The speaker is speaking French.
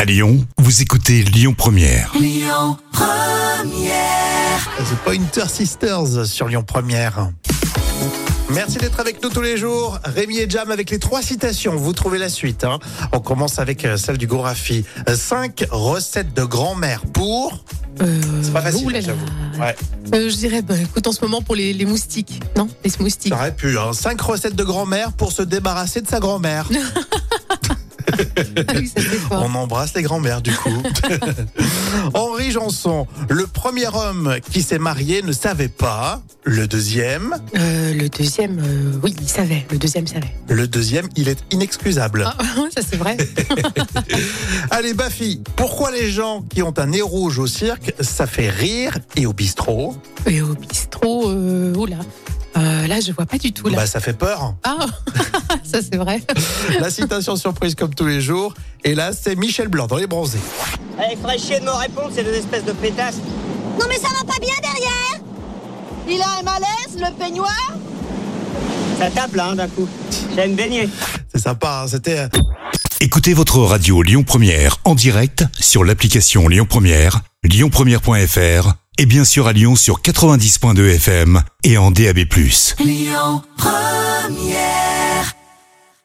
À Lyon, vous écoutez Lyon Première. Lyon Première. The Pointer Sisters sur Lyon Première. Merci d'être avec nous tous les jours. Rémi et Jam avec les 3 citations. Vous trouvez la suite. On commence avec celle du Gorafi. 5 recettes de grand-mère pour... C'est pas facile, j'avoue. Ouais. Je dirais, écoute, en ce moment pour les moustiques. Non, les moustiques. Ça aurait pu. 5 recettes de grand-mère pour se débarrasser de sa grand-mère. Ah oui, ça fait fort. On embrasse les grands-mères du coup. Henri Janson, le premier homme qui s'est marié ne savait pas. Le deuxième, Le deuxième, oui, il savait. Le deuxième savait. il est inexcusable. Ah, ça c'est vrai. Allez, Bafi, pourquoi les gens qui ont un nez rouge au cirque, ça fait rire et au bistrot? Et au bistrot, oula. Là, je vois pas du tout. Là. Bah, ça fait peur. Ah, ça c'est vrai. La citation surprise comme tous les jours. Et là, c'est Michel Blanc dans Les Bronzés. Allez, ferait chier de me répondre, ces deux espèces de pétasses. Non mais ça va pas bien derrière. Il a un malaise, le peignoir. Ça tape là, d'un coup. J'aime me baigner. C'est sympa, c'était... Écoutez votre radio Lyon Première en direct sur l'application Lyon Première, lyonpremière.fr et bien sûr à Lyon sur 90.2 FM et en DAB+. Lyon Première.